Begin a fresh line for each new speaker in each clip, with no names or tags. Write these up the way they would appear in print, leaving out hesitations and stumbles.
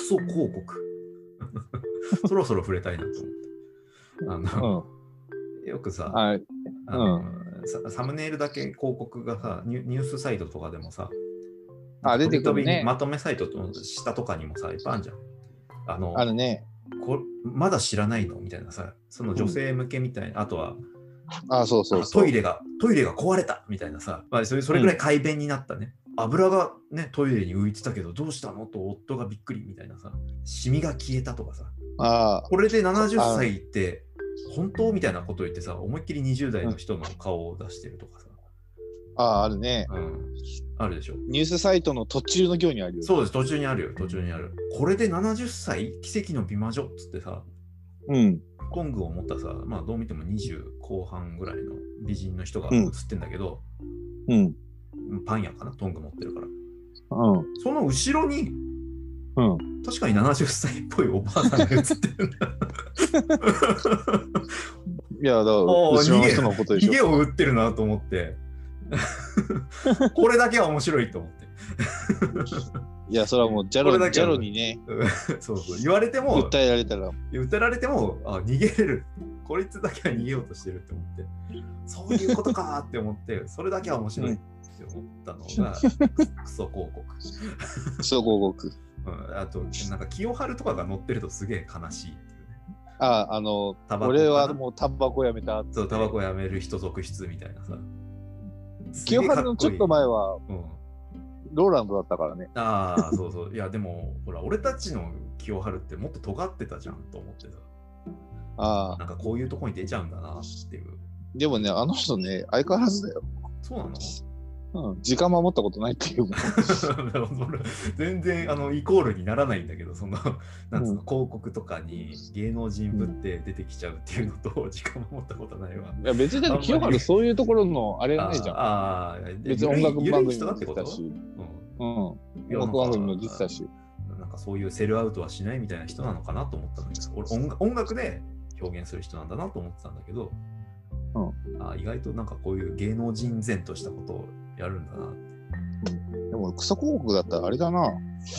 ソ広告そろそろ触れたいなと思ってよくさ、サムネイルだけ広告がさニュースサイトとかでもさ
出てくるね。
まとめサイトの下とかにもさいっぱいあるじゃん。
あるね。
まだ知らないのみたいなさ、その女性向けみたいな、あとは
そう
トイレが壊れたみたいなさ、それぐらい快便になったね。油がねトイレに浮いてたけどどうしたのと夫がびっくりみたいなさ、シミが消えたとかさ、これで70歳って本当みたいなことを言ってさ、思いっきり20代の人の顔を出してるとかさ。
あるね、
あるでしょ。
ニュースサイトの途中の行にあるよ。
そうです、途中にあるよ。これで70歳奇跡の美魔女っつってさ、トングを持ったさ、まあどう見ても20後半ぐらいの美人の人が映ってんだけど、パン屋かな、トング持ってるから、その後ろに、確かに70歳っぽいおばあさんが映ってるんだ。
いや、だから後ろの人のことでしょ。
ヒゲを売ってるなと思ってこれだけは面白いと思って
いや、それはもうジャロにね
そう言われても
訴えられても
逃げれる、こいつだけは逃げようとしてるって思って、そういうことかって思ってそれだけは面白いって思ったのがクソ広告あとなんか清春とかが載ってるとすげえ悲しいっていうね。
俺はもうタバコやめた。
そう、タバコやめる人続出みたいなさ。
清春のちょっと前は、ローランドだったからね。
そう。いや、でも、ほら、俺たちの清春ってもっと尖ってたじゃんと思ってさ。なんかこういうとこに出ちゃうんだなっていう。
でもね、あの人ね、相変わらずだよ。
そうなの？
時間守ったことないっていうもん。
全然イコールにならないんだけど、そのなんつうの、広告とかに芸能人ぶって出てきちゃうっていうのと、時間守ったことないわ。
いや別に清原そういうところのあれがないじゃん。別に音楽番組も出てたし、音楽番組も出てたし、
なんかそういうセルアウトはしないみたいな人なのかなと思ったんだけど、俺音楽で表現する人なんだなと思ってたんだけど、意外となんかこういう芸能人前としたことをやるんだなって。
でもクソ広告だったらあれだな、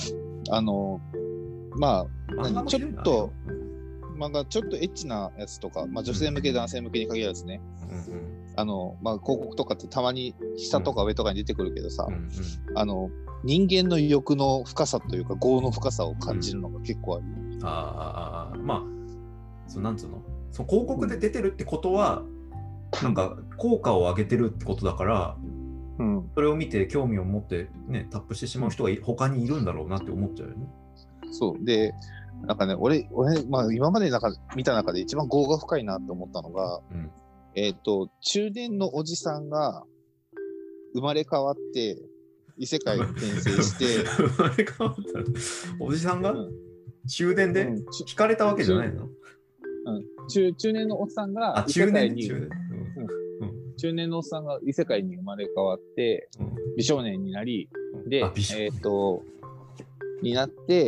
まあちょっと漫画ちょっとエッチなやつとか、まあ、女性向け、男性向けに限らずね、まあ、広告とかってたまに下とか上とかに出てくるけどさ、人間の欲の深さというか業の深さを感じるのが結構ある。
まあなんつうの、その広告で出てるってことは、なんか効果を上げてるってことだから、それを見て興味を持ってね、タップしてしまう人が他にいるんだろうなって思っちゃうよね。
そうで、なんかね、俺、まあ、今まで見た中で一番業が深いなって思ったのが、中年のおじさんが生まれ変わって異世界に転生して
生まれ変わったおじさんが、中年で惹かれたわけじゃないの？
中年のおっさんが異世界に中年のおっさんが異世界に生まれ変わって、美少年になり、で、になって、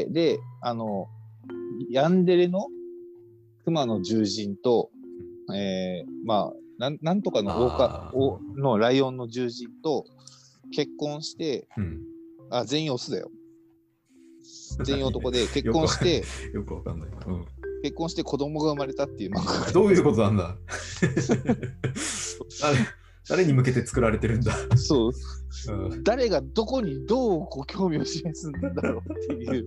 で、ヤンデレの熊の獣人と、まあ、なんとかののライオンの獣人と結婚して、全員オスだよ。全員男で結婚して、
よくわかんない。
結婚して子供が生まれたっていう漫画。
どういうことなんだ誰に向けて作られてるんだ。
そう、誰がどこにどう興味を示すんだろうっていう。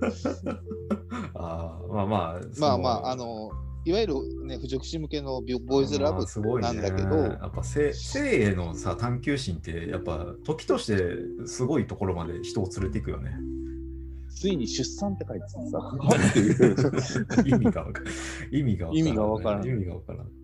いわゆるね、腐女子向けのボーイズラブなんだけど、
やっぱ性へのさ探求心ってやっぱ時としてすごいところまで人を連れていくよね。
ついに出産って書いてさ、意味がわからん。